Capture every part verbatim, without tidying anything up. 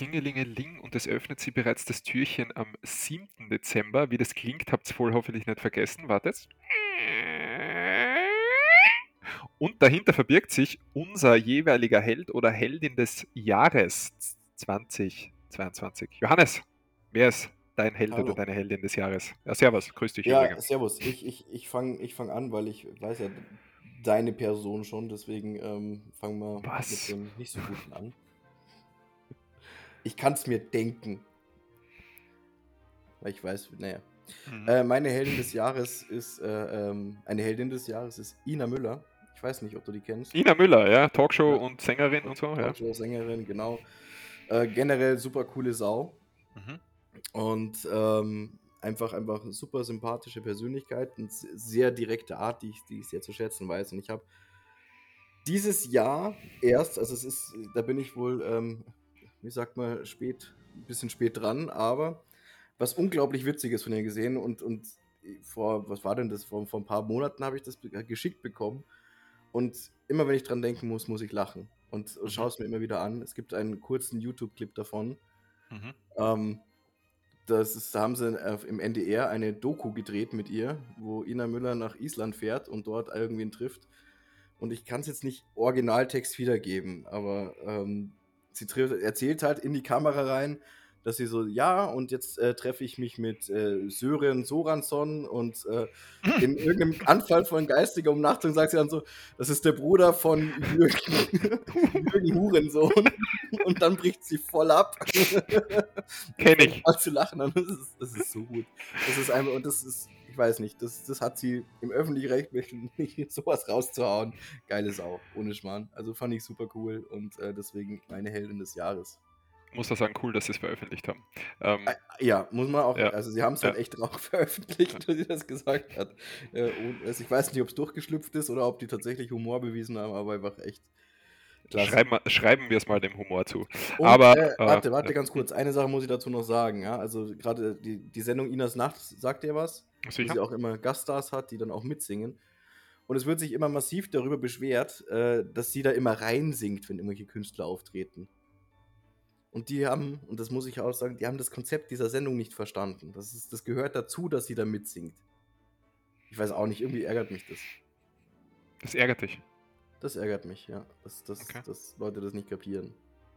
Klingelingeling und es öffnet sie bereits das Türchen am siebten Dezember. Wie das klingt, habt ihr wohl hoffentlich nicht vergessen. Wartet. Und dahinter verbirgt sich unser jeweiliger Held oder Heldin des Jahres zweitausendzweiundzwanzig. Johannes, wer ist dein Held oder Hallo. deine Heldin des Jahres? Ja, servus, grüß dich Ja, übrigens. servus. Ich, ich, ich fange ich fang an, weil ich weiß ja deine Person schon, deswegen ähm, fangen wir mit Was? dem nicht so guten an. Ich kann es mir denken, weil ich weiß, naja. Mhm. Äh, meine Heldin des Jahres ist, äh, ähm, eine Heldin des Jahres ist Ina Müller. Ich weiß nicht, ob du die kennst. Ina Müller, ja, Talkshow Ja, und Sängerin und so, ja. Talkshow-Sängerin, genau. Äh, generell super coole Sau. Mhm. Und ähm, einfach, einfach super sympathische Persönlichkeit und s- sehr direkte Art, die ich, die ich sehr zu schätzen weiß. Und ich habe dieses Jahr erst, also es ist, da bin ich wohl, ähm, wie sagt man, spät, ein bisschen spät dran, aber was unglaublich Witziges von ihr gesehen und, und vor, was war denn das, vor, vor ein paar Monaten habe ich das be- geschickt bekommen und immer wenn ich dran denken muss, muss ich lachen und, und Mhm. schaue es mir immer wieder an. Es gibt einen kurzen YouTube-Clip davon. Mhm. Ähm, das ist, da haben sie äh, im N D R eine Doku gedreht mit ihr, wo Ina Müller nach Island fährt und dort irgendwen trifft. Und ich kann es jetzt nicht Originaltext wiedergeben, aber ähm, sie trifft, erzählt halt in die Kamera rein, dass sie so, ja, und jetzt äh, treffe ich mich mit äh, Sören Soransson und äh, in irgendeinem Anfall von geistiger Umnachtung sagt sie dann so, das ist der Bruder von Jürgen, Jürgen Hurensohn. Und dann bricht sie voll ab. Kenn Fängt ich. an zu lachen. Und das ist, das ist so gut. Das ist einfach, und das ist, ich weiß nicht, das, das hat sie im Öffentlich-Rechtlichen nicht sowas rauszuhauen. Geile Sau, ohne Schmarrn. Also fand ich super cool und äh, deswegen meine Heldin des Jahres. Muss da sagen, cool, dass sie es veröffentlicht haben. Ähm, Äh, Ja, muss man auch, ja, also sie haben es ja. halt echt drauf veröffentlicht, dass sie das gesagt hat. Äh, und, also ich weiß nicht, ob es durchgeschlüpft ist oder ob die tatsächlich Humor bewiesen haben, aber einfach echt klasse. Schreiben, wir- schreiben wir es mal dem Humor zu. Und Aber, äh, äh, warte, warte ja. ganz kurz. Eine Sache muss ich dazu noch sagen. Ja? Also gerade die, die Sendung Inas Nacht sagt dir was, wo Sicher? sie auch immer Gaststars hat, die dann auch mitsingen. Und es wird sich immer massiv darüber beschwert, äh, dass sie da immer reinsingt, wenn irgendwelche Künstler auftreten. Und die haben, und das muss ich auch sagen, die haben das Konzept dieser Sendung nicht verstanden. Das, ist, das gehört dazu, dass sie da mitsingt. Ich weiß auch nicht, irgendwie ärgert mich das. Das ärgert dich. Das ärgert mich, ja. Dass, dass, Okay. dass Leute das nicht kapieren.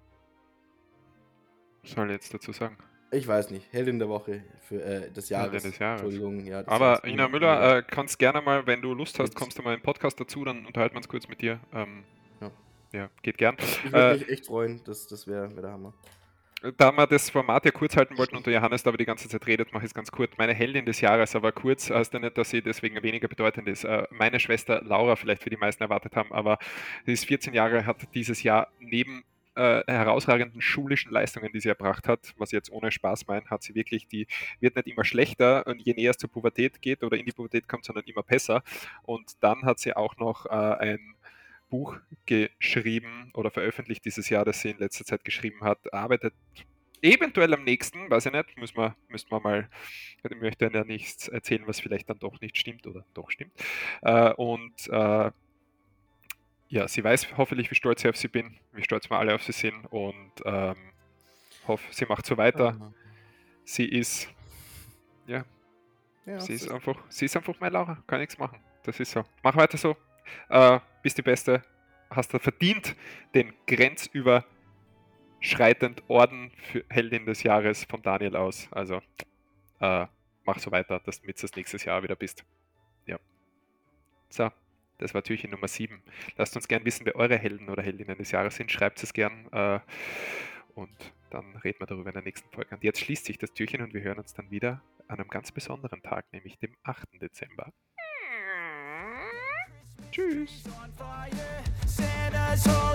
Was soll ich jetzt dazu sagen? Ich weiß nicht. Heldin der Woche für äh, des Jahres. Heldin des Jahres. Entschuldigung, ja. Des Aber Jahres. Ina Ina Müller, äh, kannst gerne mal, wenn du Lust hast, Mit- kommst du mal im Podcast dazu, dann unterhalten wir uns kurz mit dir. Ähm, Ja. ja, geht gern. Ich würde Äh, mich echt freuen, das, das wäre wär der Hammer. Da wir das Format ja kurz halten wollten und der Johannes da aber die ganze Zeit redet, mache ich es ganz kurz. Meine Heldin des Jahres, aber kurz, heißt ja nicht, dass sie deswegen weniger bedeutend ist. Äh, Meine Schwester Laura, vielleicht für die meisten erwartet haben, aber sie ist vierzehn Jahre, hat dieses Jahr neben äh, herausragenden schulischen Leistungen, die sie erbracht hat, was ich jetzt ohne Spaß meine, hat sie wirklich, die wird nicht immer schlechter und je näher es zur Pubertät geht oder in die Pubertät kommt, sondern immer besser. Und dann hat sie auch noch äh, ein Buch geschrieben oder veröffentlicht dieses Jahr, das sie in letzter Zeit geschrieben hat, arbeitet eventuell am nächsten, weiß ich nicht, müssen wir, müssen wir mal, ich möchte ja nichts erzählen, was vielleicht dann doch nicht stimmt oder doch stimmt. Äh, und äh, ja, sie weiß hoffentlich, wie stolz ich auf sie bin, wie stolz wir alle auf sie sind und ähm, hoffe, sie macht so weiter. Ah. Sie ist, ja, Ja, sie ist das- einfach, sie ist einfach meine Laura, kann nichts machen. Das ist so. Mach weiter so. Äh, bist die Beste, hast du verdient den grenzüberschreitend Orden für Heldin des Jahres von Daniel aus. Also äh, mach so weiter, dass du mit das nächstes Jahr wieder bist. Ja. So, das war Türchen Nummer sieben. Lasst uns gern wissen, wer eure Helden oder Heldinnen des Jahres sind. Schreibt es gern äh, und dann reden wir darüber in der nächsten Folge. Und jetzt schließt sich das Türchen und wir hören uns dann wieder an einem ganz besonderen Tag, nämlich dem achten Dezember. Tschüss. Santa's home.